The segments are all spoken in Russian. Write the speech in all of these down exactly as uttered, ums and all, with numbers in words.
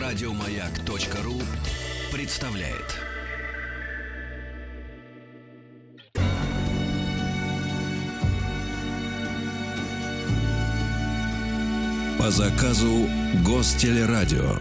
Радиомаяк.ру представляет. По заказу Гостелерадио.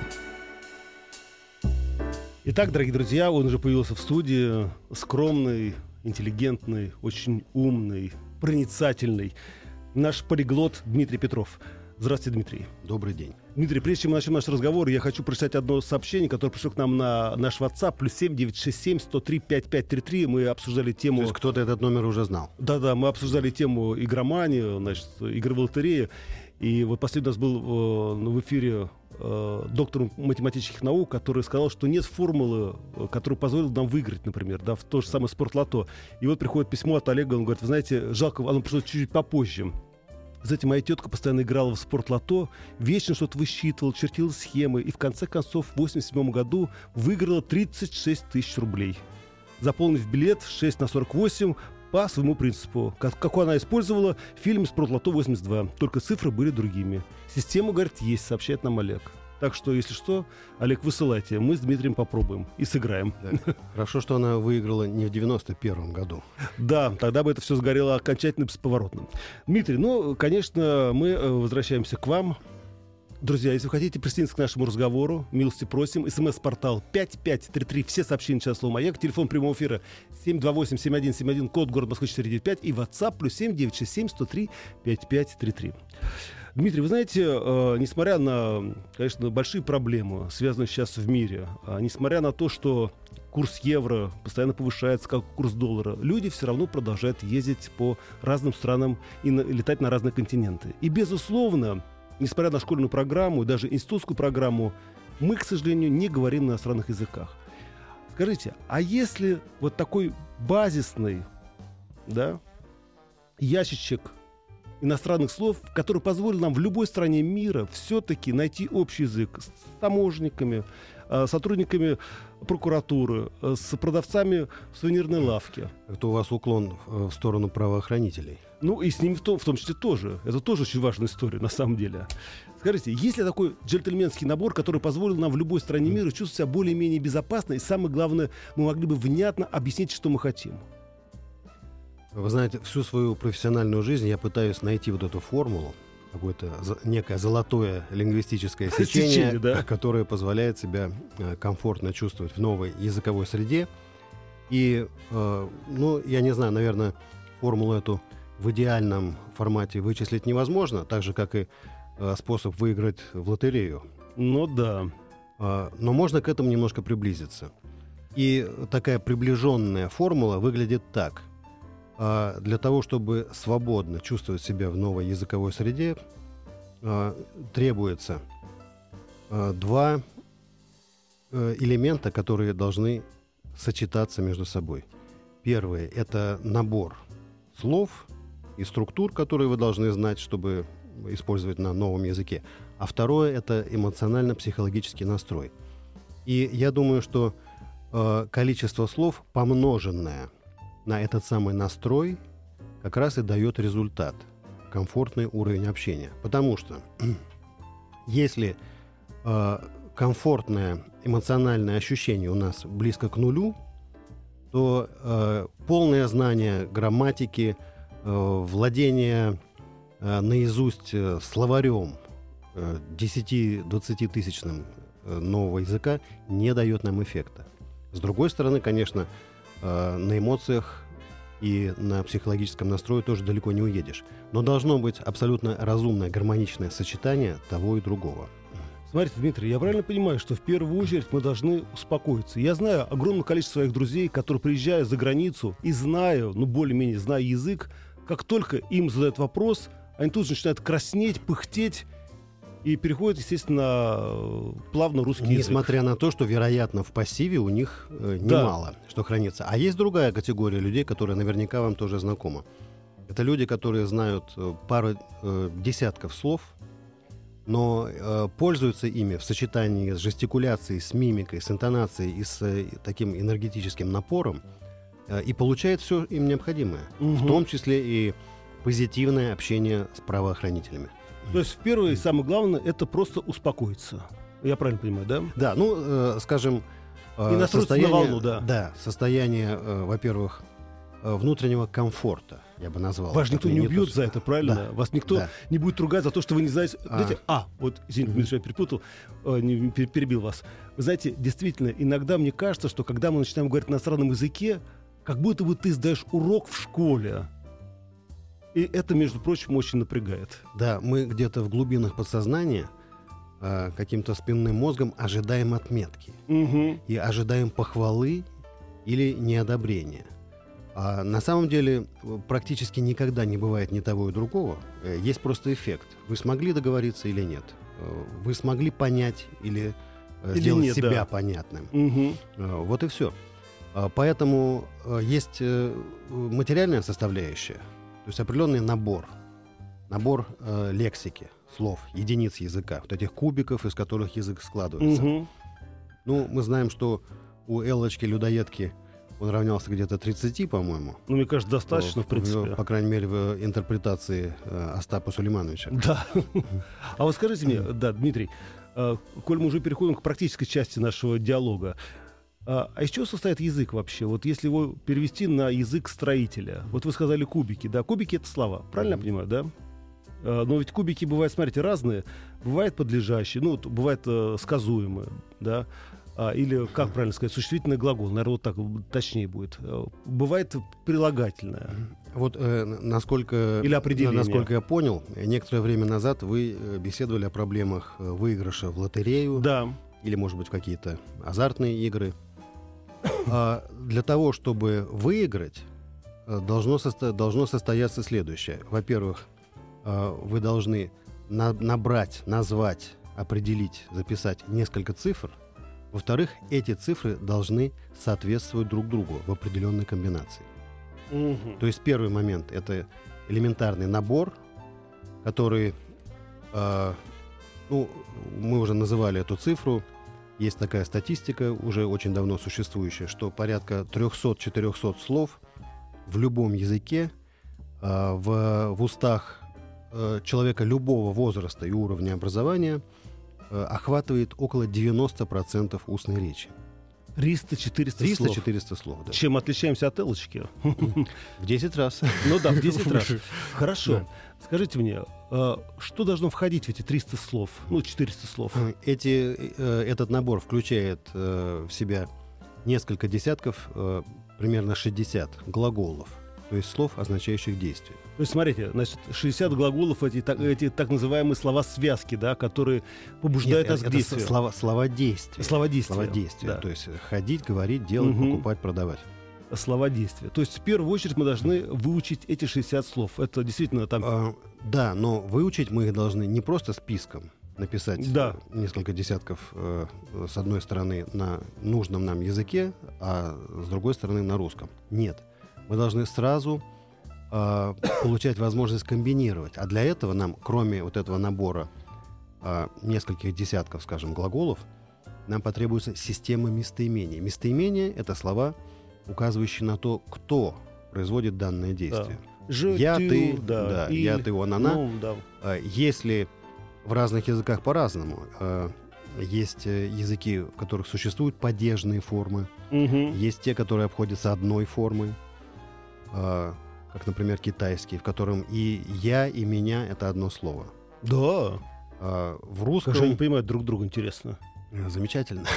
Итак, дорогие друзья, он уже появился в студии. Скромный, интеллигентный, очень умный, проницательный наш полиглот Дмитрий Петров. Здравствуйте, Дмитрий. Добрый день. Дмитрий, прежде чем мы начнем наш разговор, я хочу прочитать одно сообщение, которое пришло к нам на наш WhatsApp, плюс семь девятьсот шестьдесят семь сто три пятьдесят пять тридцать три. Мы обсуждали тему... То есть кто-то этот номер уже знал? Да-да, мы обсуждали тему игромании, значит, игры в лотерею. И вот последний у нас был э, в эфире э, доктор математических наук, который сказал, что нет формулы, которая позволила нам выиграть, например, да, в то же самое спортлото. И вот приходит письмо от Олега, он говорит, вы знаете, жалко, оно пришло чуть-чуть попозже. Знаете, моя тетка постоянно играла в спортлото, вечно что-то высчитывала, чертила схемы, и в конце концов в восемьдесят седьмом году выиграла тридцать шесть тысяч рублей. Заполнив билет шесть на сорок восемь по своему принципу, как, какой она использовала в фильме «Спортлото восемьдесят два», только цифры были другими. Система, говорит, есть, сообщает нам Олег. Так что, если что, Олег, высылайте. Мы с Дмитрием попробуем и сыграем. Да. Хорошо, что она выиграла не в девяносто первом году. Да, тогда бы это все сгорело окончательно бесповоротно. Дмитрий, ну, конечно, мы возвращаемся к вам. Друзья, если вы хотите присоединиться к нашему разговору, милости просим. СМС-портал пять пять три три. Все сообщения через слово «Маяк». Телефон прямого эфира семь два восемь семь один семь один. Код город Москвы четыре девять пять. И WhatsApp плюс семь девятьсот шестьдесят семь сто три пятьдесят пять тридцать три. Дмитрий, вы знаете, э, несмотря на, конечно, большие проблемы, связанные сейчас в мире, э, несмотря на то, что курс евро постоянно повышается, как курс доллара, люди все равно продолжают ездить по разным странам и на, летать на разные континенты. И, безусловно, несмотря на школьную программу и даже институтскую программу, мы, к сожалению, не говорим на иностранных языках. Скажите, а если вот такой базисный, да, ящичек иностранных слов, который позволил нам в любой стране мира все-таки найти общий язык с таможенниками, сотрудниками прокуратуры, с продавцами в сувенирной лавке. Это у вас уклон в сторону правоохранителей. Ну и с ними в том, в том числе тоже. Это тоже очень важная история на самом деле. Скажите, есть ли такой джентльменский набор, который позволил нам в любой стране мира чувствовать себя более-менее безопасно, и самое главное, мы могли бы внятно объяснить, что мы хотим? Вы знаете, всю свою профессиональную жизнь я пытаюсь найти вот эту формулу, какое-то некое золотое лингвистическое сечение, Сечение, да. которое позволяет себя комфортно чувствовать в новой языковой среде. И, ну, я не знаю, наверное, формулу эту в идеальном формате вычислить невозможно, так же, как и способ выиграть в лотерею. Ну да. Но можно к этому немножко приблизиться. И такая приближенная формула выглядит так. Для того, чтобы свободно чувствовать себя в новой языковой среде, требуется два элемента, которые должны сочетаться между собой. Первое — это набор слов и структур, которые вы должны знать, чтобы использовать на новом языке. А второе — это эмоционально-психологический настрой. И я думаю, что количество слов, помноженное на этот самый настрой, как раз и дает результат, комфортный уровень общения. Потому что если э, комфортное эмоциональное ощущение у нас близко к нулю, то э, полное знание грамматики, э, владение э, наизусть э, словарем э, десяти-двадцатитысячным э, нового языка не дает нам эффекта. С другой стороны, конечно, на эмоциях и на психологическом настрое тоже далеко не уедешь. Но должно быть абсолютно разумное, гармоничное сочетание того и другого. Смотрите, Дмитрий, я правильно понимаю, что в первую очередь мы должны успокоиться. Я знаю огромное количество своих друзей, которые, приезжая за границу и зная, ну более-менее зная язык, как только им задают вопрос, они тут же начинают краснеть, пыхтеть, и переходит, естественно, плавно русский язык. Несмотря на то, что, вероятно, в пассиве у них э, немало, да, что хранится. А есть другая категория людей, которая наверняка вам тоже знакома. Это люди, которые знают э, пару э, десятков слов, но э, пользуются ими в сочетании с жестикуляцией, с мимикой, с интонацией и с э, таким энергетическим напором, э, и получают все им необходимое, угу. в том числе и позитивное общение с правоохранителями. То есть, первое и самое главное, это просто успокоиться. Я правильно понимаю, да? Да, ну, э, скажем, э, И настроиться на волну, да. Да, состояние, э, во-первых, э, внутреннего комфорта, я бы назвал. Вас никто не не убьет то, за это, правильно? Да. Вас никто Да. не будет ругать за то, что вы не знаете... А, Знаете, а вот, извините, Мгм. я перепутал, э, не, пер- перебил вас. Вы знаете, действительно, иногда мне кажется, что когда мы начинаем говорить на иностранном языке, как будто бы ты сдаешь урок в школе. И это, между прочим, очень напрягает. Да, мы где-то в глубинах подсознания э, каким-то спинным мозгом ожидаем отметки. Угу. И ожидаем похвалы или неодобрения. А на самом деле э, практически никогда не бывает ни того и другого. Э, Есть просто эффект. Вы смогли договориться или нет? Э, Вы смогли понять или, э, Или сделать нет, себя да. понятным? Угу. Э, Вот и все. Поэтому э, есть э, материальная составляющая, то есть определенный набор, набор э, лексики, слов, единиц языка, вот этих кубиков, из которых язык складывается. Угу. Ну, мы знаем, что у Эллочки-людоедки он равнялся где-то тридцати, по-моему. Ну, мне кажется, достаточно, в принципе. По крайней мере, в интерпретации э, Остапа Сулеймановича. Да. А вот скажите мне, да, Дмитрий, э, коль мы уже переходим к практической части нашего диалога, а а из чего состоит язык вообще? Вот если его перевести на язык строителя. Вот вы сказали кубики, да? Кубики — это слова, правильно я понимаю, да? А, но ведь кубики бывают, смотрите, разные. Бывает подлежащие, ну, вот бывает э, сказуемые, да? А, или, как правильно сказать, существительный глагол, наверное, вот так точнее будет. Э, Бывает прилагательное. Вот э, насколько, Или определение. насколько я понял, некоторое время назад вы э, беседовали о проблемах э, выигрыша в лотерею Да. или, может быть, в какие-то азартные игры. А для того, чтобы выиграть, э, должно, состо- должно состояться следующее. Во-первых, э, вы должны на- набрать, назвать, определить, записать несколько цифр. Во-вторых, эти цифры должны соответствовать друг другу в определенной комбинации. Мгм. То есть первый момент — это элементарный набор, который, э, ну, мы уже называли эту цифру. Есть такая статистика, уже очень давно существующая, что порядка триста-четыреста слов в любом языке э, в, в устах э, человека любого возраста и уровня образования э, охватывает около девяносто процентов устной речи. триста-четыреста слов. триста-четыреста слов, да. Чем отличаемся от Элочки? В десять раз. Ну да, в десять раз. Хорошо. Да. Скажите мне, а, что должно входить в эти триста слов? Ну, четыреста слов. Эти, э, этот набор включает э, в себя несколько десятков, э, примерно шестьдесят глаголов, то есть слов, означающих действие. То есть, смотрите, значит, шестьдесят глаголов, эти, так- эти так называемые слова-связки, да, которые побуждают Нет, нас к это действию. с- слова, слова действия. Слова действия. Слова действия. Да. То есть ходить, говорить, делать, Мгм. покупать, продавать. Слова действия. То есть, в первую очередь, мы должны выучить эти шестьдесят слов. Это действительно там... А, да, но выучить мы их должны не просто списком написать Да. э, несколько десятков э, с одной стороны на нужном нам языке, а с другой стороны на русском. Нет. Мы должны сразу э, получать возможность комбинировать. А для этого нам, кроме вот этого набора э, нескольких десятков, скажем, глаголов, нам потребуется система местоимений. Местоимения — это слова, указывающие на то, кто производит данное действие. «же», Я, ты, да, да, «иль». я, ты, он, она. Ну, да. А, Если в разных языках по-разному, а, есть э, языки, в которых существуют падежные формы, Мгм. есть те, которые обходятся одной формой, а, как, например, китайский, в котором и я, и меня — это одно слово. Да. А, В Как русском... же они понимают друг друга, интересно. Э, Замечательно.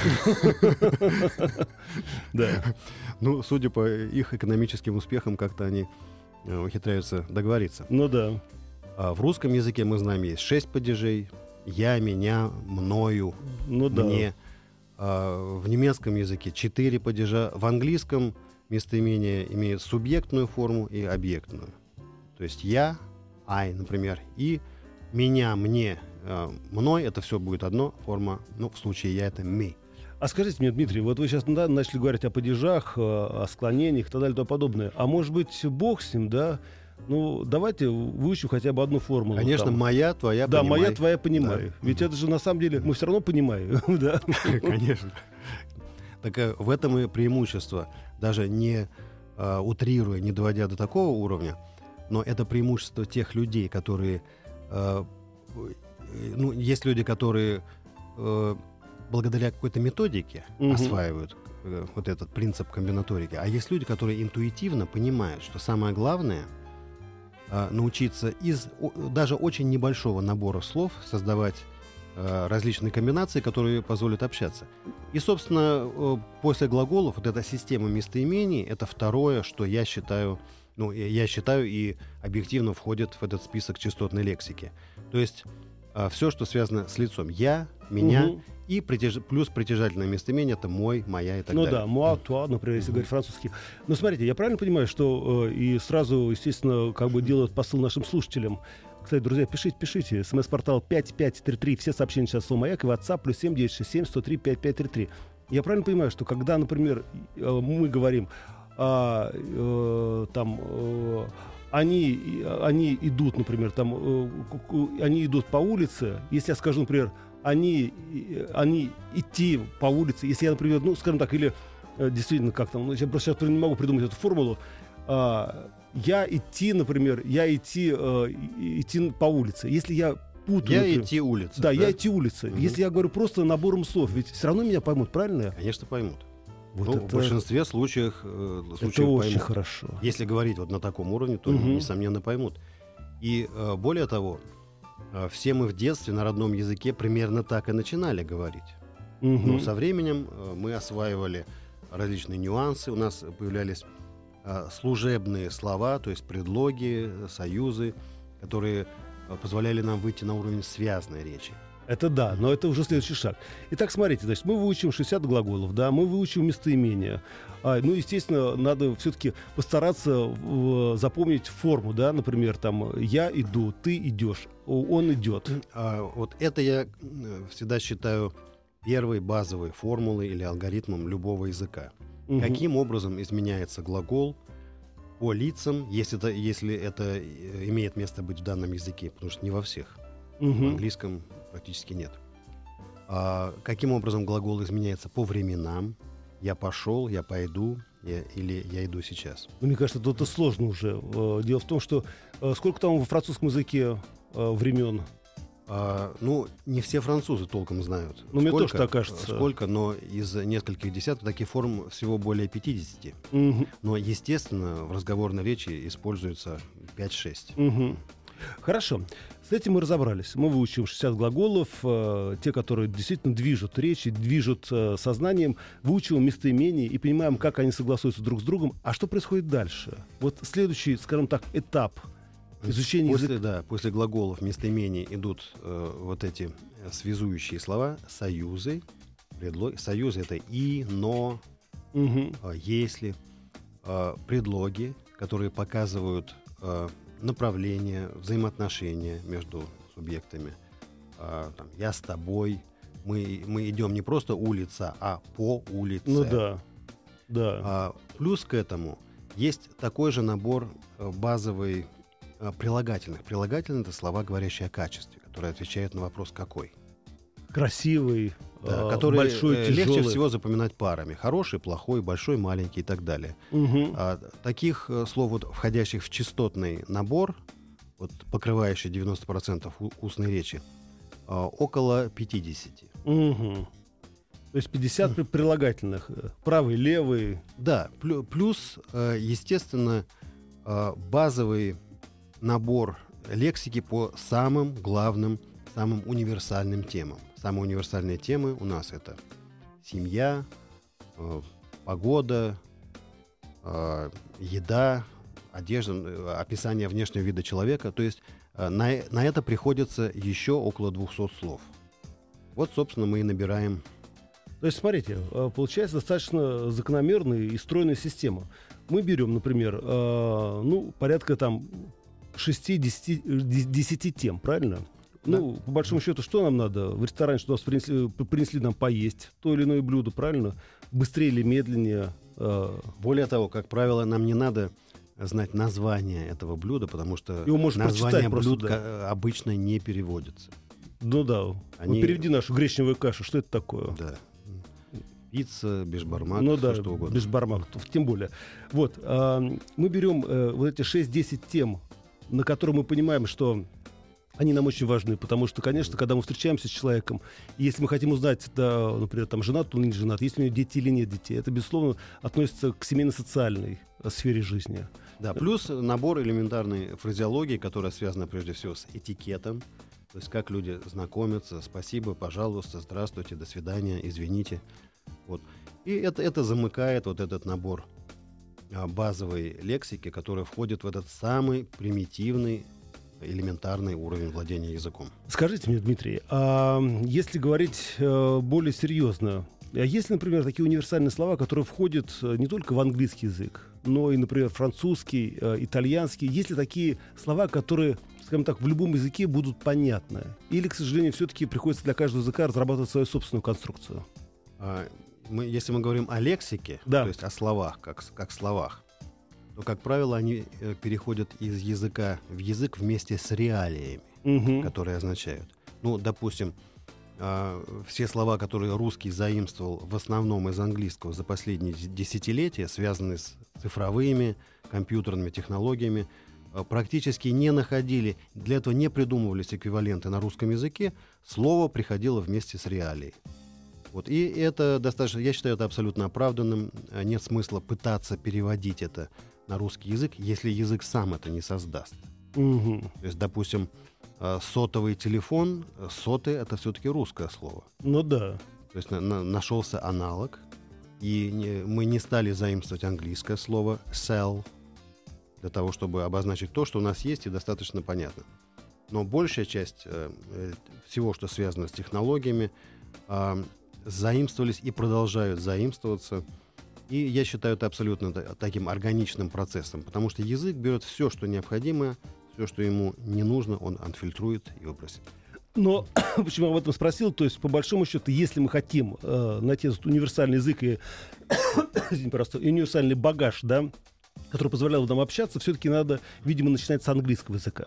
Да. Ну, судя по их экономическим успехам, как-то они э, ухитряются договориться. Ну да. А в русском языке, мы знаем, есть шесть падежей: я, меня, мною, Ну да. мне. А в немецком языке четыре падежа. В английском местоимение имеет субъектную форму и объектную. То есть я, I, например, и меня, мне, э, мной — это все будет одно форма. Ну, в случае я — это me. А скажите мне, Дмитрий, вот вы сейчас да, начали говорить о падежах, э, о склонениях и так далее и тому подобное. А может быть, бог с ним, да? Ну, давайте выучим хотя бы одну формулу. Конечно, там. моя, твоя, Да, понимай. моя, твоя, понимаю. Да. Ведь это же на самом деле мы все равно понимаем, да? Конечно. Так э, в этом и преимущество. Даже не э, утрируя, не доводя до такого уровня, но это преимущество тех людей, которые... э, э, ну, есть люди, которые э, благодаря какой-то методике Мгм. осваивают э, вот этот принцип комбинаторики. А есть люди, которые интуитивно понимают, что самое главное э, научиться из о- даже очень небольшого набора слов создавать э, различные комбинации, которые позволят общаться. И, собственно, э, после глаголов вот эта система местоимений — это второе, что я считаю, ну, я я считаю и объективно входит в этот список частотной лексики. То есть все, что связано с лицом. Я, меня, Мгм. и притяж... плюс притяжательное местоимение — это мой, моя и так Ну далее. да, moi, toi, например, если Мгм. говорить французский. Но смотрите, я правильно понимаю, что э, и сразу, естественно, как бы делают посыл нашим слушателям. Кстати, друзья, пишите, пишите. СМС-портал пять пять три три. Все сообщения сейчас слово «Маяк» и WhatsApp плюс семь девять шесть семь сто три пятьдесят пять тридцать три. Я правильно понимаю, что когда, например, э, мы говорим, а, э, там, э, они, они идут, например, там, э, ку- ку- они идут по улице, если я скажу, например, они, э, они идти по улице, если я, например, ну, скажем так, или э, действительно, как там, ну, я просто сейчас не могу придумать эту формулу, а, я идти, например, я идти, э, и- идти по улице. Если я путаю... Я например, идти улицы. Да, я идти улицы. Мгм. Если я говорю просто набором слов, ведь все равно меня поймут, правильно? Конечно, поймут. Вот Ну, это, в большинстве случаев, э, это случаев очень поймут. хорошо. Если говорить вот на таком уровне, то, Мгм. несомненно, поймут. И э, более того, э, все мы в детстве на родном языке примерно так и начинали говорить. Мгм. Но со временем э, мы осваивали различные нюансы, у нас появлялись э, служебные слова, то есть предлоги, э, союзы, которые э, позволяли нам выйти на уровень связной речи. Это да, но это уже следующий шаг. Итак, смотрите, значит, мы выучим шестьдесят глаголов, да, мы выучим местоимения. А, ну, естественно, надо все-таки постараться в- запомнить форму, да, например, там, я иду, ты идешь, о- он идет. А вот это я э, всегда считаю первой базовой формулой или алгоритмом любого языка. Мгм. Каким образом изменяется глагол по лицам, если это, если это э, имеет место быть в данном языке, потому что не во всех. В Мгм. английском практически нет. А каким образом глагол изменяется по временам? Я пошел, я пойду, я- или я иду сейчас. Ну, мне кажется, это сложно уже. Э, Дело в том, что э, сколько там во французском языке э, времен? А, ну, не все французы толком знают. Ну, мне сколько, тоже так кажется. Сколько, но из нескольких десятков таких форм всего более пятидесяти. Мгм. Но, естественно, в разговорной речи используется пять-шесть. Мгм. Хорошо. С этим мы разобрались. Мы выучим шестьдесят глаголов, э, те, которые действительно движут речь, движут э, сознанием, выучим местоимения и понимаем, как они согласуются друг с другом. А что происходит дальше? Вот следующий, скажем так, этап изучения После, языка. да, после глаголов местоимений идут э, вот эти э, связующие слова, союзы. Предлоги. Союзы — это и, но, Мгм. э, если. Э, предлоги, которые показывают э, направление, взаимоотношения между субъектами. Э, там, я с тобой. Мы, мы идем не просто улица, а по улице. Ну да. Да. А, плюс к этому есть такой же набор э, базовый э, прилагательных. Прилагательные — это слова, говорящие о качестве, которые отвечают на вопрос «какой?». Красивый, Да, э, которые большой, э, тяжелый. легче всего запоминать парами. Хороший, плохой, большой, маленький и так далее. Мгм. А, таких э, слов, вот, входящих в частотный набор, вот, покрывающий девяносто процентов у- устной речи, э, около пятидесяти. Мгм. То есть пятьдесят при- прилагательных. э, Правый, левый. Да, плю- плюс, э, естественно, э, базовый набор лексики по самым главным, самым универсальным темам. Самые универсальные темы у нас — это семья, э, погода, э, еда, одежда, э, описание внешнего вида человека. То есть э, на, э- на это приходится еще около двухсот слов. Вот, собственно, мы и набираем. То есть, смотрите, э, получается достаточно закономерная и стройная система. Мы берем, например, э, ну, порядка там шести-десяти тем, правильно? Ну, по большому счету, что нам надо? В ресторане, что нас принесли, п- принесли нам поесть то или иное блюдо, правильно? Быстрее или медленнее? э, Более того, как правило, нам не надо знать название этого блюда, потому что Его можно название прочитать просто, блюд да. ка- обычно не переводится. Ну да. Они- Вот переведи нашу гречневую кашу. Что это такое? Да. Пицца, бешбармак, Ну всё да, что угодно. без бармак, тем более. Вот, а, мы берем э, вот эти шесть-десять тем, на которые мы понимаем, что Они нам очень важны, потому что, конечно, когда мы встречаемся с человеком, если мы хотим узнать, да, например, там, женат он или не женат, есть ли у него дети или нет детей, это, безусловно, относится к семейно-социальной сфере жизни. Да, плюс набор элементарной фразеологии, которая связана прежде всего с этикетом, то есть как люди знакомятся, спасибо, пожалуйста, здравствуйте, до свидания, извините. Вот. И это, это замыкает вот этот набор а, базовой лексики, которая входит в этот самый примитивный, элементарный уровень владения языком. Скажите мне, Дмитрий, а если говорить э, более серьезно, а есть ли, например, такие универсальные слова, которые входят не только в английский язык, но и, например, французский, э, итальянский? Есть ли такие слова, которые, скажем так, в любом языке будут понятны? Или, к сожалению, все-таки приходится для каждого языка разрабатывать свою собственную конструкцию? А, мы, если мы говорим о лексике, да. то есть о словах, как, как словах, то, как правило, они э, переходят из языка в язык вместе с реалиями, угу. которые означают. Ну, допустим, э, все слова, которые русский заимствовал в основном из английского за последние десятилетия, связанные с цифровыми, компьютерными технологиями, э, практически не находили, для этого не придумывались эквиваленты на русском языке, слово приходило вместе с реалией. Вот. И это достаточно, я считаю это абсолютно оправданным. Нет смысла пытаться переводить это на русский язык, если язык сам это не создаст. Угу. То есть, допустим, сотовый телефон, сотый — это все-таки русское слово. Ну да. То есть на, на, нашелся аналог, и не, мы не стали заимствовать английское слово cell для того, чтобы обозначить то, что у нас есть, и достаточно понятно. Но большая часть э, всего, что связано с технологиями, э, заимствовались и продолжают заимствоваться. И я считаю это абсолютно таким органичным процессом, потому что язык берет все, что необходимо, все, что ему не нужно, он отфильтрует и выбросит. Но почему я об этом спросил, то есть, по большому счету, если мы хотим э, найти этот универсальный язык и, просто, универсальный багаж, да, который позволял нам общаться, все-таки надо, видимо, начинать с английского языка.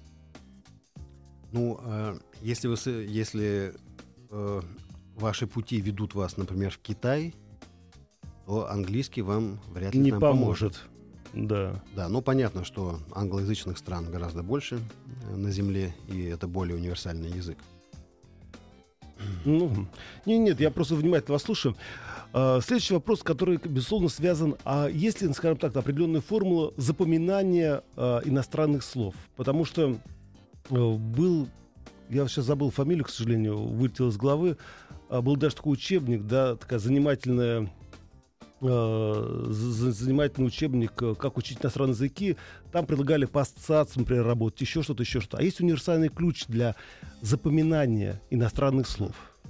Ну, э, если, вы, если э, ваши пути ведут вас, например, в Китай, то английский вам вряд ли не нам поможет. поможет. Да. Да, ну понятно, что англоязычных стран гораздо больше на Земле, и это более универсальный язык. Ну, нет, нет, я просто внимательно вас слушаю. А, следующий вопрос, который, безусловно, связан, а есть ли, скажем так, определенная формула запоминания а, иностранных слов? Потому что а, был, я сейчас забыл фамилию, к сожалению, вылетел из головы, а, был даже такой учебник, да, такая занимательная... занимательный учебник «Как учить иностранные языки». Там предлагали по ассоциациям, например, работать, еще что-то, еще что-то. А есть универсальный ключ для запоминания иностранных слов?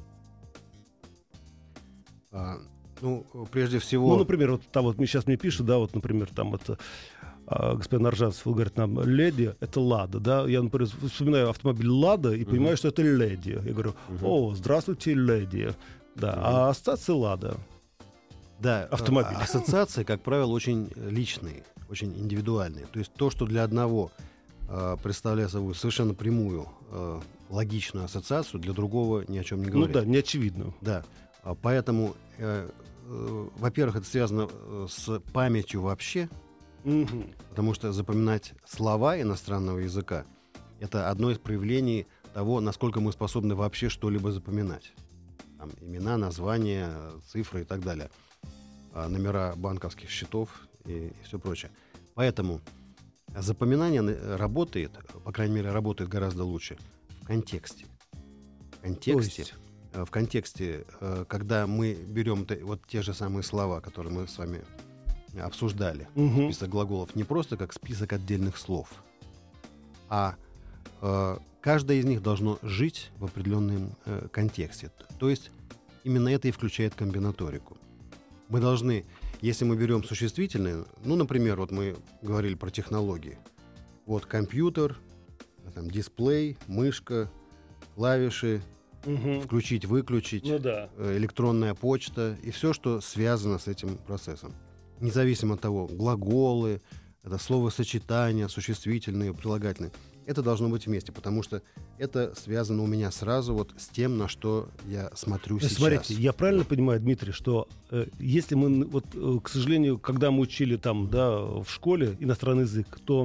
А, ну, прежде всего... Ну, например, вот там вот сейчас мне пишут, да, вот, например, там вот а, господин Аржанцев говорит нам, леди — это Лада, да. Я, например, вспоминаю автомобиль Лада и понимаю, uh-huh. что это леди. Я говорю, uh-huh. о, здравствуйте, леди. Да, uh-huh. а ассоциация Лада. Да, автомобиль. Ассоциации, как правило, очень личные, очень индивидуальные. То есть то, что для одного э, представляет собой совершенно прямую, э, логичную ассоциацию, для другого ни о чем не говорит. Ну да, не очевидно. Да, поэтому, э, э, во-первых, это связано с памятью вообще, угу. потому что запоминать слова иностранного языка — это одно из проявлений того, насколько мы способны вообще что-либо запоминать. Там, имена, названия, цифры и так далее. Номера банковских счетов и, и все прочее. Поэтому запоминание работает, по крайней мере, работает гораздо лучше в контексте. В контексте, в контексте, когда мы берем вот те же самые слова, которые мы с вами обсуждали, угу. список глаголов, не просто как список отдельных слов, а э, каждое из них должно жить в определенном э, контексте. То есть именно это и включает комбинаторику. Мы должны, если мы берем существительные, ну, например, вот мы говорили про технологии. Вот компьютер, там, дисплей, мышка, клавиши, угу. включить, выключить, ну, да. электронная почта и все, что связано с этим процессом. Независимо от того, глаголы, это словосочетания, существительные, прилагательные. Это должно быть вместе, потому что это связано у меня сразу вот с тем, на что я смотрю сейчас. Смотрите, я правильно понимаю, Дмитрий, что э, если мы, вот, э, к сожалению, когда мы учили там, да, в школе иностранный язык, то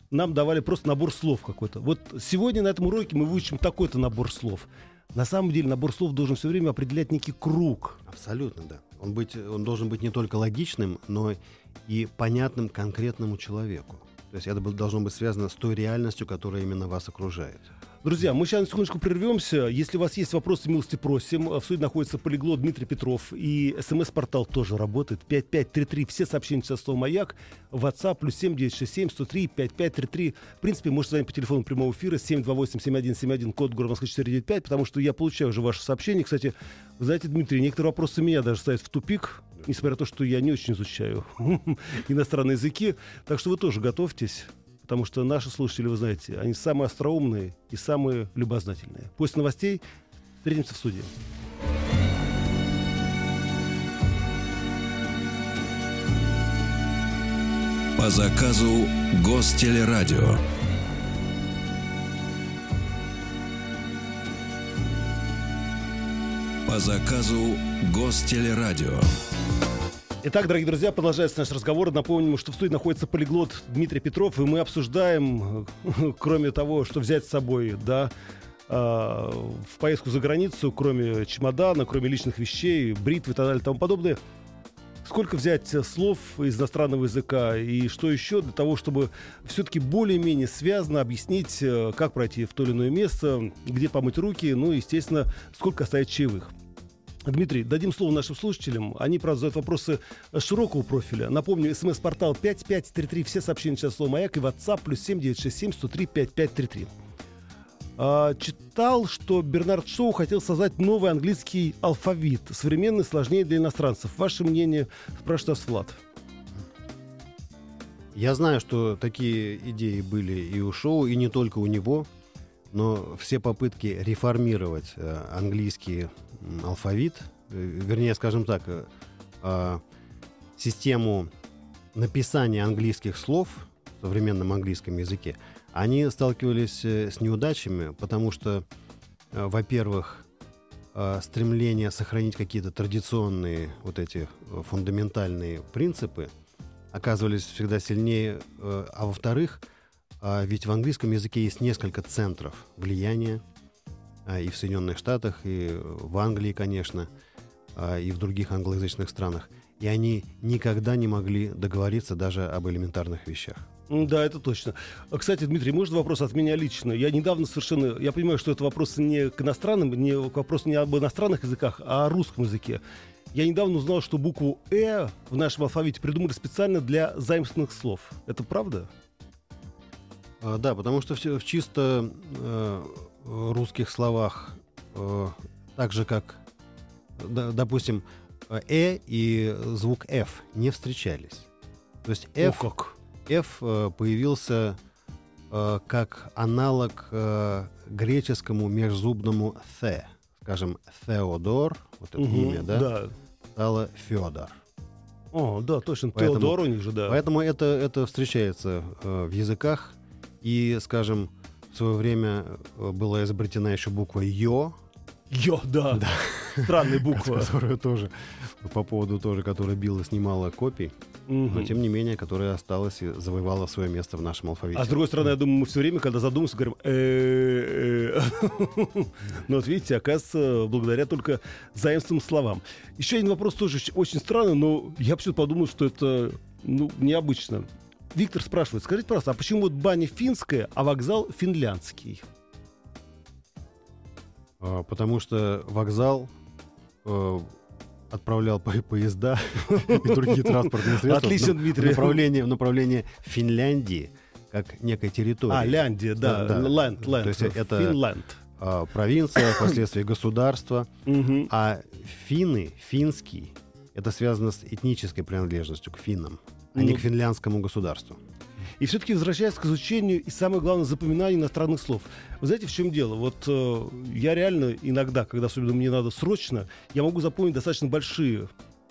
нам давали просто набор слов какой-то. Вот сегодня на этом уроке мы выучим такой-то набор слов. На самом деле набор слов должен все время определять некий круг. Абсолютно, да. Он, быть, он должен быть не только логичным, но и понятным конкретному человеку. То есть это должно быть связано с той реальностью, которая именно вас окружает. Друзья, мы сейчас на секундочку прервемся. Если у вас есть вопросы, милости просим. В студии находится полиглот Дмитрий Петров. И смс-портал тоже работает. пять пять три три. Все сообщения со словом «Маяк». WhatsApp плюс семь девятьсот шестьдесят семь сто три пятьдесят пять тридцать три. В принципе, можете звонить по телефону прямого эфира семь два восемь семь один семь один, код города Москвы четыреста девяносто пять, потому что я получаю уже ваши сообщения. Кстати, вы знаете, Дмитрий, некоторые вопросы меня даже ставят в тупик, несмотря на то, что я не очень изучаю иностранные языки. Так что вы тоже готовьтесь. Потому что наши слушатели, вы знаете, они самые остроумные и самые любознательные. После новостей встретимся в студии. По заказу Гостелерадио. По заказу Гостелерадио. Итак, дорогие друзья, продолжается наш разговор. Напомним, что в студии находится полиглот Дмитрий Петров, и мы обсуждаем, кроме того, что взять с собой, да, в поездку за границу, кроме чемодана, кроме личных вещей, бритвы и так далее и тому подобное, сколько взять слов из иностранного языка и что еще для того, чтобы все-таки более-менее связно объяснить, как пройти в то или иное место, где помыть руки, ну и, естественно, сколько оставить чаевых. Дмитрий, дадим слово нашим слушателям. Они, правда, задают вопросы широкого профиля. Напомню, смс-портал пять пять три три. Все сообщения сейчас слово «Маяк» и WhatsApp плюс семь девятьсот шестьдесят семь сто три пятьдесят пять тридцать три. А, читал, что Бернард Шоу хотел создать новый английский алфавит, современный, сложнее для иностранцев. Ваше мнение, спрашивает нас Влад. Я знаю, что такие идеи были и у Шоу, и не только у него. Но все попытки реформировать э, английский э, алфавит, э, вернее, скажем так, э, э, систему написания английских слов в современном английском языке, они сталкивались э, с неудачами, потому что, э, во-первых, э, стремление сохранить какие-то традиционные вот эти э, фундаментальные принципы оказывались всегда сильнее, э, а во-вторых, А ведь в английском языке есть несколько центров влияния, а, и в Соединенных Штатах, и в Англии, конечно, а, и в других англоязычных странах. И они никогда не могли договориться даже об элементарных вещах. Да, это точно. Кстати, Дмитрий, может вопрос от меня лично? Я недавно совершенно... Я понимаю, что это вопрос не к иностранным, не вопрос не об иностранных языках, а о русском языке. Я недавно узнал, что букву «э» в нашем алфавите придумали специально для заимствованных слов. Это правда? А, да, потому что в, в чисто э, русских словах, э, так же как, да, допустим, «э» и звук «ф» не встречались. То есть «ф», О, как. «ф» э, появился э, как аналог э, греческому межзубному «th». Скажем, Теодор, вот это Угу, имя, да, да, стало Федор. О, да, точно. Поэтому- Теодор у них же, да. Поэтому это, это встречается э, в языках. И, скажем, в свое время э, была изобретена еще буква «ё», Йо, да. Да. Странная буква. которая тоже, по поводу тоже, которая билась немало копий, Мгм. но тем не менее, которая осталась и завоевала свое место в нашем алфавите. А с другой стороны, я думаю, мы все время, когда задумаемся, говорим «э-э-э». Но вот видите, оказывается, благодаря только заимствованным словам. Еще один вопрос тоже очень странный, но я почему-то подумал, что это ну, необычно. Виктор спрашивает, скажите, пожалуйста, а почему вот баня финская, а вокзал финляндский? А, Потому что вокзал э, отправлял по- поезда и другие транспортные средства Отлично, в- Дмитрий. в направлении, в направлении Финляндии, как некой территории. А, Ляндия, да, Да, да. Лэнд, Лэнд, То есть это- Финлянд. А, провинция, впоследствии государство. Мгм. А финны, финский, это связано с этнической принадлежностью к финнам, а не Ну. к финляндскому государству. И все-таки возвращаясь к изучению и, самое главное, запоминанию иностранных слов. Вы знаете, в чем дело? Вот э, я реально иногда, когда особенно мне надо срочно, я могу запомнить достаточно большие,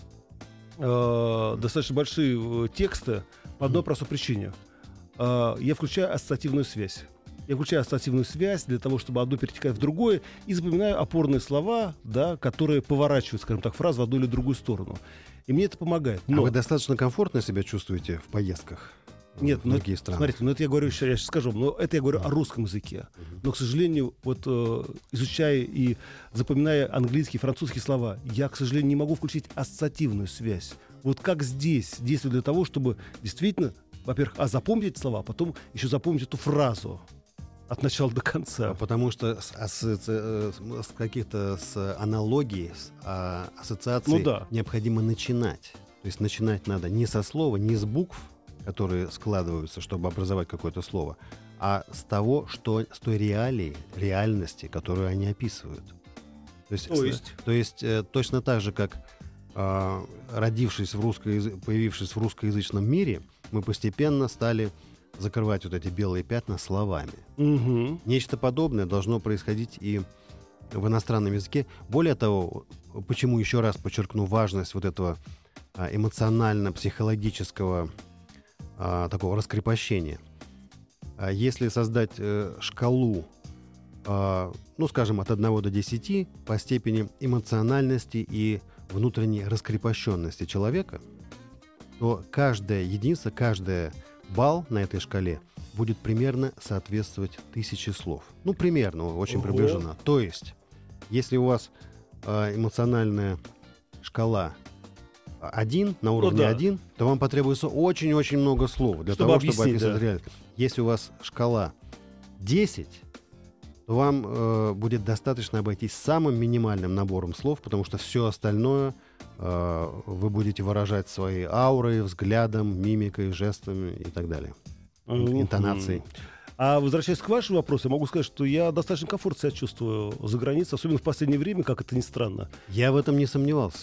э, достаточно большие э, тексты по одной простой причине. Э, я включаю ассоциативную связь. Я включаю ассоциативную связь для того, чтобы одно перетекать в другое, и запоминаю опорные слова, да, которые поворачивают, скажем так, фразу в одну или другую сторону. И мне это помогает. А Но вы достаточно комфортно себя чувствуете в поездках Нет, в ну, другие страны. Смотрите, ну это я говорю еще, я сейчас скажу, но это я говорю о русском языке. Но, к сожалению, вот э, изучая и запоминая английские, французские слова, я, к сожалению, не могу включить ассоциативную связь. Вот как здесь действует для того, чтобы действительно, во-первых, а запомнить эти слова, а потом еще запомнить эту фразу от начала до конца. Потому что с, асоци... с каких-то с аналогий, с а, ассоциаций Ну да. необходимо начинать. То есть начинать надо не со слова, не с букв, которые складываются, чтобы образовать какое-то слово, а с того, что, с той реалии, реальности, которую они описывают. То есть, То есть? то есть э, точно так же, как э, родившись в русско- появившись в русскоязычном мире, мы постепенно стали закрывать вот эти белые пятна словами. Угу. Нечто подобное должно происходить и в иностранном языке. Более того, почему еще раз подчеркну важность вот этого а, эмоционально-психологического а, такого раскрепощения. А если создать э, шкалу, а, ну, скажем, от одного до десяти по степени эмоциональности и внутренней раскрепощенности человека, то каждая единица, каждая балл на этой шкале будет примерно соответствовать тысяче слов. Ну, примерно, очень Ого. приближенно. То есть, если у вас э, эмоциональная шкала один, на уровне Ну, да. один, то вам потребуется очень-очень много слов для Чтобы того, объяснить, чтобы описать да. реальность. Если у вас шкала десять, то вам э, будет достаточно обойтись самым минимальным набором слов, потому что все остальное э, вы будете выражать своей аурой, взглядом, мимикой, жестами и так далее. Интонацией. А возвращаясь к вашему вопросу, я могу сказать, что я достаточно комфортно себя чувствую за границей, особенно в последнее время, как это ни странно. Я в этом не сомневался.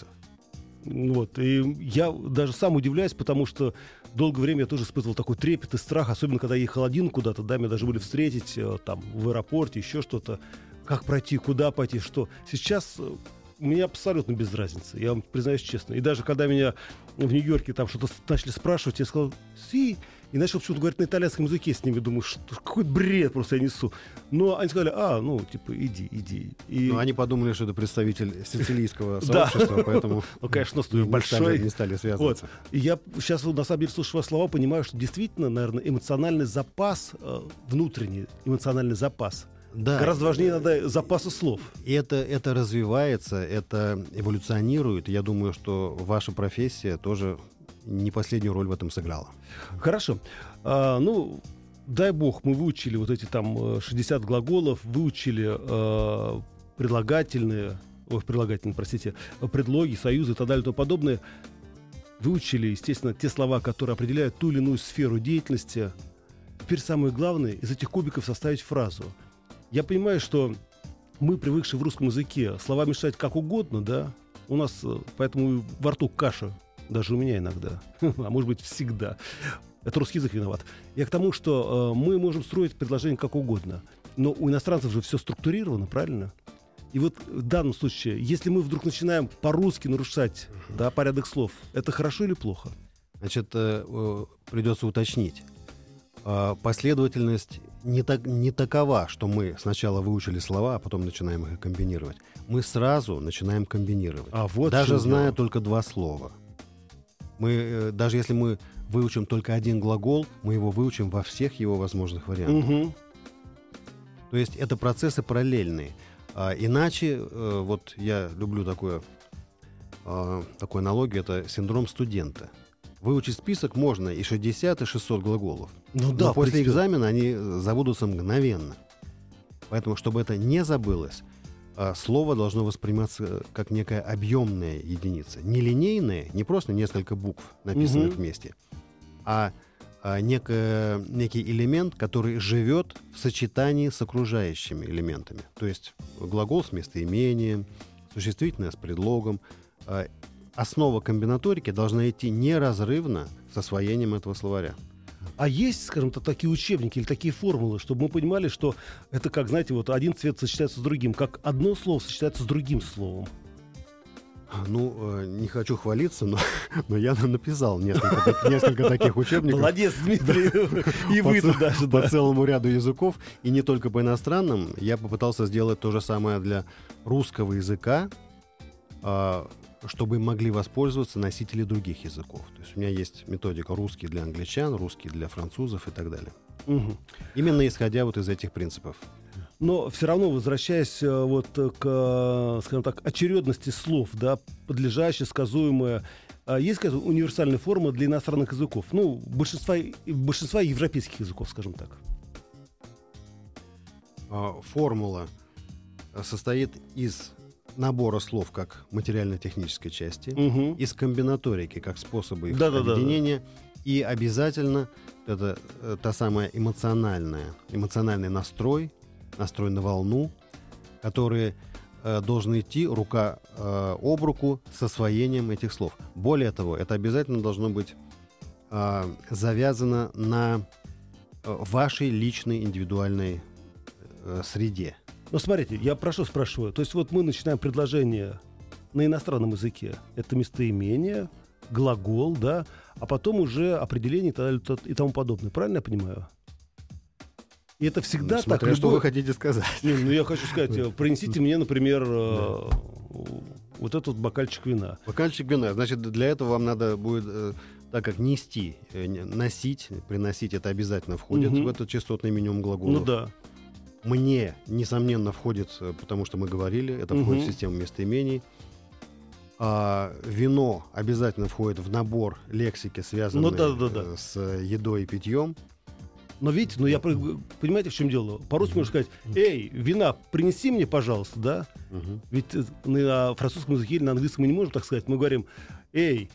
Вот. И я даже сам удивляюсь, потому что долгое время я тоже испытывал такой трепет и страх, особенно когда я ехал один куда-то, да, меня даже были встретить э, там в аэропорте, еще что-то. Как пройти, куда пойти, что. Сейчас э, мне абсолютно без разницы, я вам признаюсь честно. И даже когда меня в Нью-Йорке там что-то начали спрашивать, я сказал «си», и начал почему-то говорить на итальянском языке с ними. Думаю, что какой бред просто я несу. Но они сказали, а, ну, типа, иди, иди. И... Но они подумали, что это представитель сицилийского Да. сообщества, поэтому Ну, конечно, не большой. стали, не стали связываться. Вот. И я сейчас, на самом деле, слушаю ваши слова, понимаю, что действительно, наверное, эмоциональный запас, э, внутренний эмоциональный запас, Да. гораздо важнее иногда запаса слов. И это, это развивается, это эволюционирует. Я думаю, что ваша профессия тоже не последнюю роль в этом сыграла. Хорошо. А, ну, дай бог, мы выучили вот эти там шестьдесят глаголов, выучили э, прилагательные, ой, прилагательные, простите, предлоги, союзы и так далее и тому подобное. Выучили, естественно, те слова, которые определяют ту или иную сферу деятельности. Теперь самое главное из этих кубиков составить фразу. Я понимаю, что мы, привыкшие в русском языке, слова мешать как угодно, да, у нас поэтому во рту каша. Даже у меня иногда, а может быть всегда. Это русский язык виноват. Я к тому, что э, мы можем строить предложение как угодно. Но у иностранцев же все структурировано, правильно? И вот в данном случае, если мы вдруг начинаем по-русски нарушать uh-huh. да, порядок слов, это хорошо или плохо? Значит, э, э, придется уточнить. Э, последовательность не, так, не такова, что мы сначала выучили слова, а потом начинаем их комбинировать. Мы сразу начинаем комбинировать. А вот даже зная дело. только два слова. Мы, даже если мы выучим только один глагол, мы его выучим во всех его возможных вариантах. Угу. То есть это процессы параллельные. А, иначе, э, вот я люблю такое, э, такую аналогию, это синдром студента. Выучить список можно и шестьдесят, и шестьсот глаголов. Ну да, но после принципе... экзамена они забудутся мгновенно. Поэтому, чтобы это не забылось, слово должно восприниматься как некая объемная единица. Не линейная, не просто несколько букв, написанных Угу. вместе, а, а некое, некий элемент, который живет в сочетании с окружающими элементами. То есть глагол с местоимением, существительное с предлогом. Основа комбинаторики должна идти неразрывно с освоением этого словаря. А есть, скажем так, такие учебники или такие формулы, чтобы мы понимали, что это как, знаете, вот один цвет сочетается с другим, как одно слово сочетается с другим словом? Ну, не хочу хвалиться, но, но я написал несколько, несколько таких учебников. Молодец, Дмитрий, и вы тут даже. По целому ряду языков, и не только по иностранным. Я попытался сделать то же самое для русского языка. чтобы могли воспользоваться носители других языков. То есть у меня есть методика русский для англичан, русский для французов и так далее. Угу. Именно исходя вот из этих принципов. Но все равно, возвращаясь э, вот к, скажем так, очередности слов, да, подлежащее, сказуемое, э, есть какая-то универсальная форма для иностранных языков? Ну, большинства, большинства европейских языков, скажем так. Формула состоит из набора слов как материально-технической части, Угу. из комбинаторики как способы их Да-да-да-да. объединения, и обязательно это э, та самая эмоциональная, эмоциональный настрой, настрой на волну, которые э, должен идти рука э, об руку с освоением этих слов. Более того, это обязательно должно быть э, завязано на э, вашей личной индивидуальной э, среде. Но смотрите, я про что спрашиваю. То есть вот мы начинаем предложение на иностранном языке. Это местоимение, глагол, да, а потом уже определение и так далее и тому подобное. Правильно я понимаю? И это всегда Смотря так. что любой- вы хотите сказать. Не, ну я хочу сказать, э, принесите мне, например, э, вот этот бокальчик вина. Бокальчик вина. Значит, для этого вам надо будет, э, так как нести, э, не- носить, приносить, это обязательно входит Мгм. в этот частотный минимум глаголов. Ну да. Мне, несомненно, входит, э, потому что мы говорили, это Мгм. входит в систему местоимений. А вино обязательно входит в набор лексики, связанной Ну да, да, да. э, с едой и питьем. Но видите, ну я про- понимаете, в чем дело? По-русски можно сказать: эй, вина принеси мне, пожалуйста, да? Мгм. Ведь э, на французском языке или на английском мы не можем так сказать. Мы говорим: эй,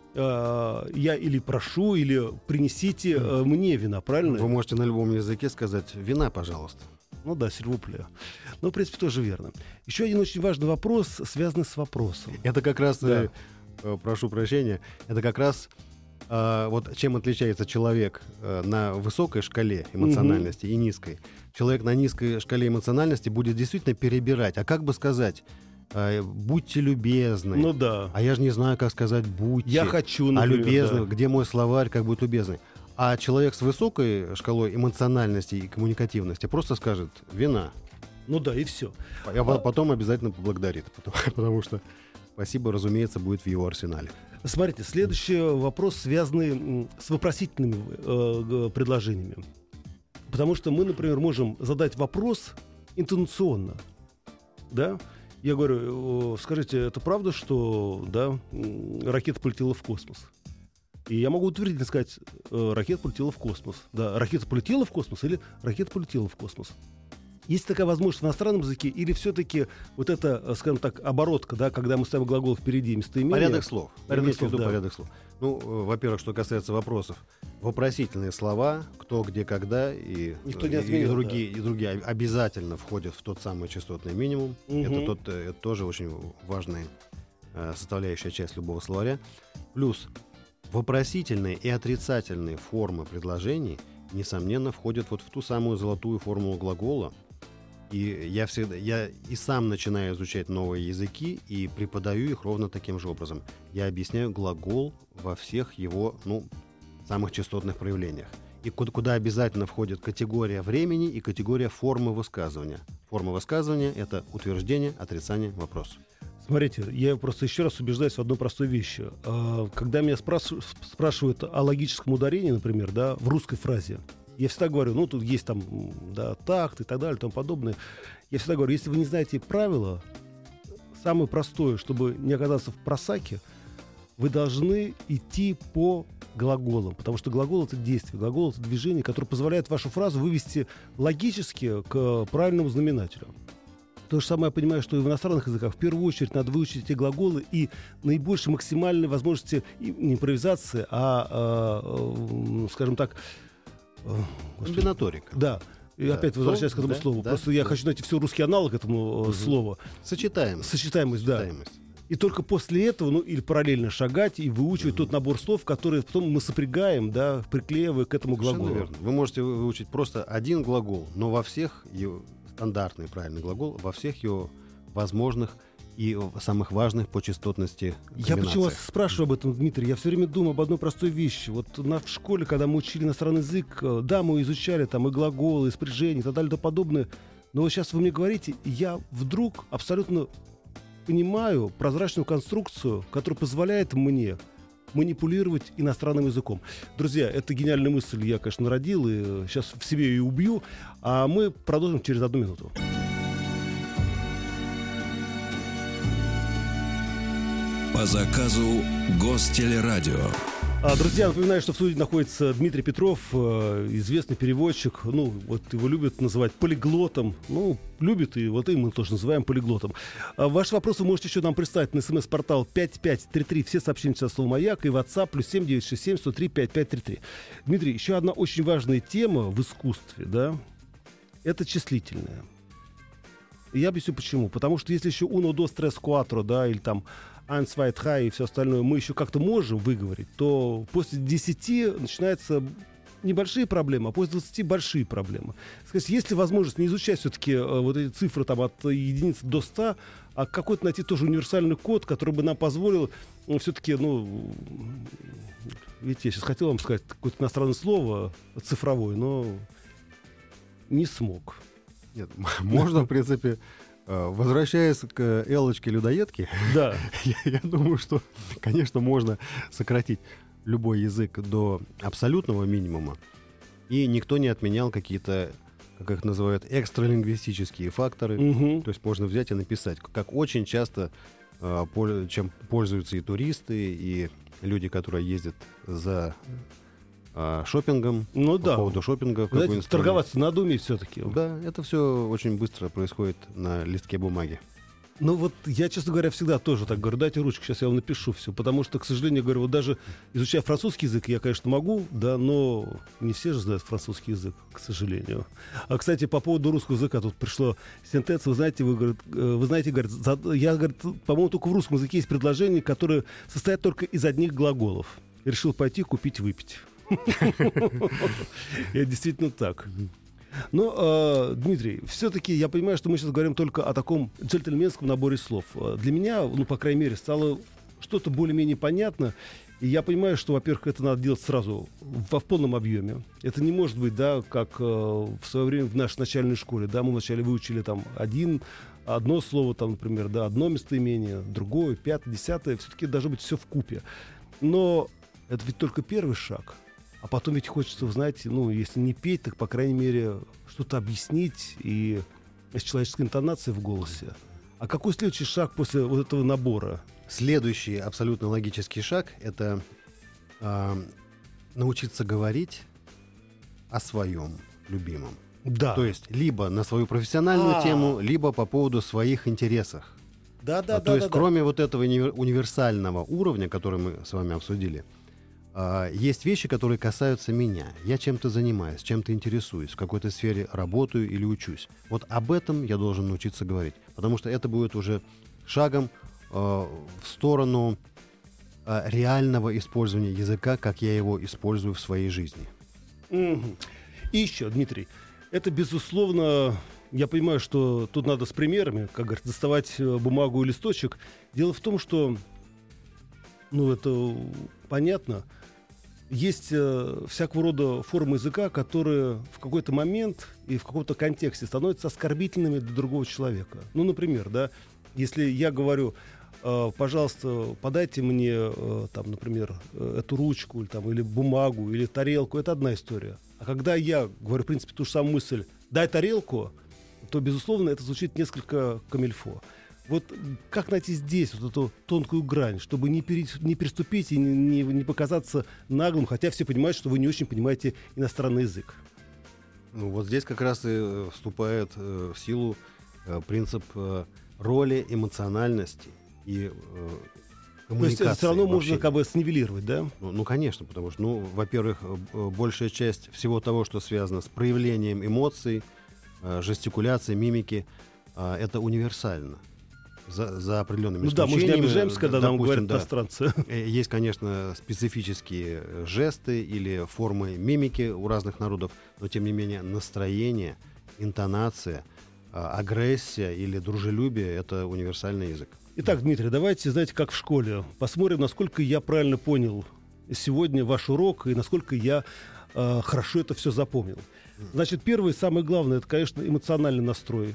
э, я или прошу, или принесите э, мне вина, правильно? Вы можете на любом языке сказать «вина, пожалуйста». Ну да, сильвупле. Ну, в принципе, тоже верно. Еще один очень важный вопрос, связанный с вопросом. Это как раз, Да. э, э, прошу прощения, это как раз э, вот чем отличается человек э, на высокой шкале эмоциональности и низкой. Человек на низкой шкале эмоциональности будет действительно перебирать. А как бы сказать, э, будьте любезны. Ну да. А я же не знаю, как сказать будьте. Я хочу, А например, любезны, да. где мой словарь, как будет любезный. А человек с высокой шкалой эмоциональности и коммуникативности просто скажет «вина». Ну да, и все. А по- потом обязательно поблагодарит, потому, потому что спасибо, разумеется, будет в его арсенале. Смотрите, следующий вопрос, связанный м, с вопросительными э, г- предложениями. Потому что мы, например, можем задать вопрос интонационно. Да? Я говорю: э, скажите, это правда, что да, м, ракета полетела в космос? И я могу утвердительно сказать: э, ракета полетела в космос. Да, ракета полетела в космос или ракета полетела в космос. Есть такая возможность в иностранном языке, или все-таки вот эта, э, скажем так, оборотка, да, когда мы ставим глагол впереди местоимения? Порядок слов. Порядок Имейте в слов, виду да. порядок слов. Ну, э, во-первых, что касается вопросов, вопросительные слова, кто, где, когда и, Никто не и- и отменил, другие, и другие об- обязательно входят в тот самый частотный минимум. Мгм. Это, тот, э, это тоже очень важная э, составляющая часть любого словаря. Плюс вопросительные и отрицательные формы предложений, несомненно, входят вот в ту самую золотую формулу глагола. И я всегда, я и сам начинаю изучать новые языки и преподаю их ровно таким же образом. Я объясняю глагол во всех его, ну, самых частотных проявлениях. И куда, куда обязательно входит категория времени и категория формы высказывания. Форма высказывания — это утверждение, отрицание, вопрос. Смотрите, я просто еще раз убеждаюсь в одной простой вещи. А, Когда меня спрашивают, спрашивают о логическом ударении, например, да, в русской фразе, я всегда говорю: ну, тут есть там, м, да, такт и так далее, и тому подобное. Я всегда говорю: если вы не знаете правила, самое простое, чтобы не оказаться в просаке, вы должны идти по глаголам, потому что глагол — это действие, глагол — это движение, которое позволяет вашу фразу вывести логически к правильному знаменателю. То же самое я понимаю, что и в иностранных языках в первую очередь надо выучить эти глаголы и наибольшей максимальной возможности и не импровизации, а, а, э, скажем так, э, господи, Комбинаторика. да. И Да. опять возвращаясь То, к этому да, слову. да, Просто я да. хочу найти все русский аналог этому э, Мгм. слову. Сочетаемость. Сочетаемость, да. Сочетаемость. И только после этого, ну, или параллельно шагать и выучивать тот набор слов, которые потом мы сопрягаем, да, приклеивая к этому Совершенно глаголу. верно. Вы можете вы- выучить просто один глагол, но во всех его стандартный правильный глагол, во всех его возможных и самых важных по частотности Я почему вас комбинациях. спрашиваю об этом, Дмитрий? Я все время думаю об одной простой вещи. Вот на, в школе, когда мы учили иностранный язык, э, да, мы изучали там и глаголы, и спряжения, и так далее, и тому подобное. Но вот сейчас вы мне говорите, и я вдруг абсолютно понимаю прозрачную конструкцию, которая позволяет мне манипулировать иностранным языком. Друзья, это гениальная мысль я, конечно, родил, и сейчас в себе ее убью, а мы продолжим через одну минуту. По заказу Гостелерадио. А, друзья, напоминаю, что в студии находится Дмитрий Петров, э, известный переводчик. Ну, вот его любят называть полиглотом. Ну, любят, и вот и мы тоже называем полиглотом. А ваши вопросы вы можете еще нам прислать на смс-портал пять пять три три. Все сообщения со словом «Маяк» и WhatsApp плюс семь девятьсот шестьдесят семь сто три пятьдесят пять тридцать три. Дмитрий, еще одна очень важная тема в искусстве, да, это числительное. И я объясню почему. Потому что если еще uno, dos, tres, cuatro, да, или там eins, zwei, drei и все остальное мы еще как-то можем выговорить, то после десяти начинаются небольшие проблемы, а после двадцати большие проблемы. Сказать, есть ли возможность не изучать все-таки э, вот эти цифры там, от единицы до ста, а какой-то найти тоже универсальный код, который бы нам позволил ну, все-таки, ну, видите, я сейчас хотел вам сказать какое-то иностранное слово цифровое, но не смог. Нет, можно, в принципе, возвращаясь к Эллочке-людоедке, да. я, я думаю, что, конечно, можно сократить любой язык до абсолютного минимума, и никто не отменял какие-то, как их называют, экстралингвистические факторы. Угу. То есть можно взять и написать, как очень часто чем пользуются и туристы, и люди, которые ездят за шопингом, ну, по да. поводу шопинга. Знаете, торговаться надо уметь все-таки. Да, это все очень быстро происходит на листке бумаги. Ну вот я, честно говоря, всегда тоже так говорю, дайте ручку, сейчас я вам напишу все, потому что, к сожалению, говорю, вот даже изучая французский язык, я, конечно, могу, да, но не все же знают французский язык, к сожалению. А, кстати, по поводу русского языка, тут пришло сентенция, вы знаете, вы, говорит, вы знаете, говорит, за, я, говорит, по-моему, только в русском языке есть предложение, которое состоит только из одних глаголов. Я решил пойти купить, выпить. Это действительно так. Но, э, Дмитрий, все-таки я понимаю, что мы сейчас говорим только о таком джентльменском наборе слов. Для меня, ну, по крайней мере, стало что-то более-менее понятно. И я понимаю, что, во-первых, это надо делать сразу в, в полном объеме. Это не может быть, да, как э, в свое время в нашей начальной школе. Да, мы вначале выучили там один, одно слово, там, например, да, одно местоимение, другое, пятое, десятое. Все-таки должно быть все вкупе. Но это ведь только первый шаг. А потом ведь хочется, вы знаете, ну, если не петь, так, по крайней мере, что-то объяснить и с человеческой интонацией в голосе. А какой следующий шаг после вот этого набора? Следующий абсолютно логический шаг — это э, научиться говорить о своем любимом. Да. То есть либо на свою профессиональную А-а-а. тему, либо по поводу своих интересов. Да, да, а, да. То есть да, кроме да. вот этого универсального уровня, который мы с вами обсудили, есть вещи, которые касаются меня. Я чем-то занимаюсь, чем-то интересуюсь, в какой-то сфере работаю или учусь. Вот об этом я должен научиться говорить. Потому что это будет уже шагом э, в сторону э, реального использования языка, как я его использую в своей жизни. Угу. И еще, Дмитрий, это, безусловно, я понимаю, что тут надо с примерами, как говорят, доставать бумагу и листочек. Дело в том, что, ну, это понятно, есть э, всякого рода формы языка, которые в какой-то момент и в каком-то контексте становятся оскорбительными для другого человека. Ну, например, да, если я говорю, э, пожалуйста, подайте мне, э, там, например, э, эту ручку или, там, или бумагу, или тарелку, это одна история. А когда я говорю, в принципе, ту же самую мысль, дай тарелку, то, безусловно, это звучит несколько камильфо. Вот как найти здесь вот эту тонкую грань, чтобы не, пере, не переступить и не, не, не показаться наглым, хотя все понимают, что вы не очень понимаете иностранный язык? Ну, вот здесь как раз и вступает э, в силу э, принцип э, роли, эмоциональности и э, коммуникации. То есть все равно можно общения. как бы снивелировать, да? Ну, ну, конечно, потому что, ну, во-первых, э, большая часть всего того, что связано с проявлением эмоций, э, жестикуляцией, мимики, э, это универсально. За, за определенными ну да, мы же не обижаемся, когда допустим, нам говорят да, иностранцы. Есть, конечно, специфические жесты или формы мимики у разных народов, но, тем не менее, настроение, интонация, агрессия или дружелюбие — это универсальный язык. Итак, Дмитрий, давайте, знаете, как в школе. Посмотрим, насколько я правильно понял сегодня ваш урок и насколько я э, хорошо это все запомнил. Значит, первое и самое главное — это, конечно, эмоциональный настрой.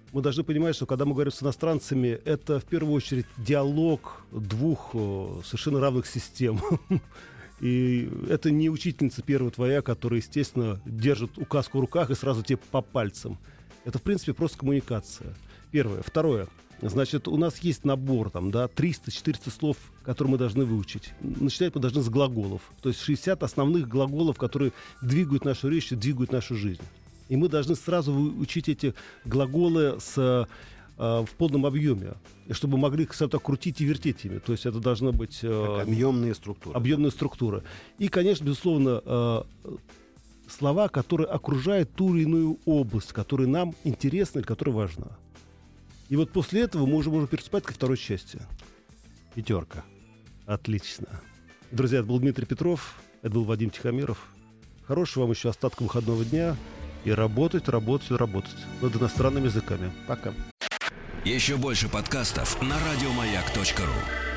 Мы должны понимать, что когда мы говорим с иностранцами, это в первую очередь диалог двух о, совершенно равных систем. И это не учительница первая твоя, которая, естественно, держит указку в руках и сразу тебе по пальцам. Это, в принципе, просто коммуникация. Первое. Второе. Значит, у нас есть набор, там, да, триста-четыреста слов, которые мы должны выучить. Начинать мы должны с глаголов. То есть шестьдесят основных глаголов, которые двигают нашу речь и двигают нашу жизнь. И мы должны сразу учить эти глаголы с, э, в полном объеме, чтобы могли, кстати, крутить и вертеть ими. То есть это должна быть... Э, объемные структуры. Объемная структура. И, конечно, безусловно, э, слова, которые окружают ту или иную область, которая нам интересна или которая важна. И вот после этого мы уже можем приступать ко второй части. Пятерка. Отлично. Друзья, это был Дмитрий Петров, это был Вадим Тихомиров. Хорошего вам еще остатка выходного дня. И работать, работать, работать над иностранными языками. Пока. Еще больше подкастов на радиомаяк точка ру.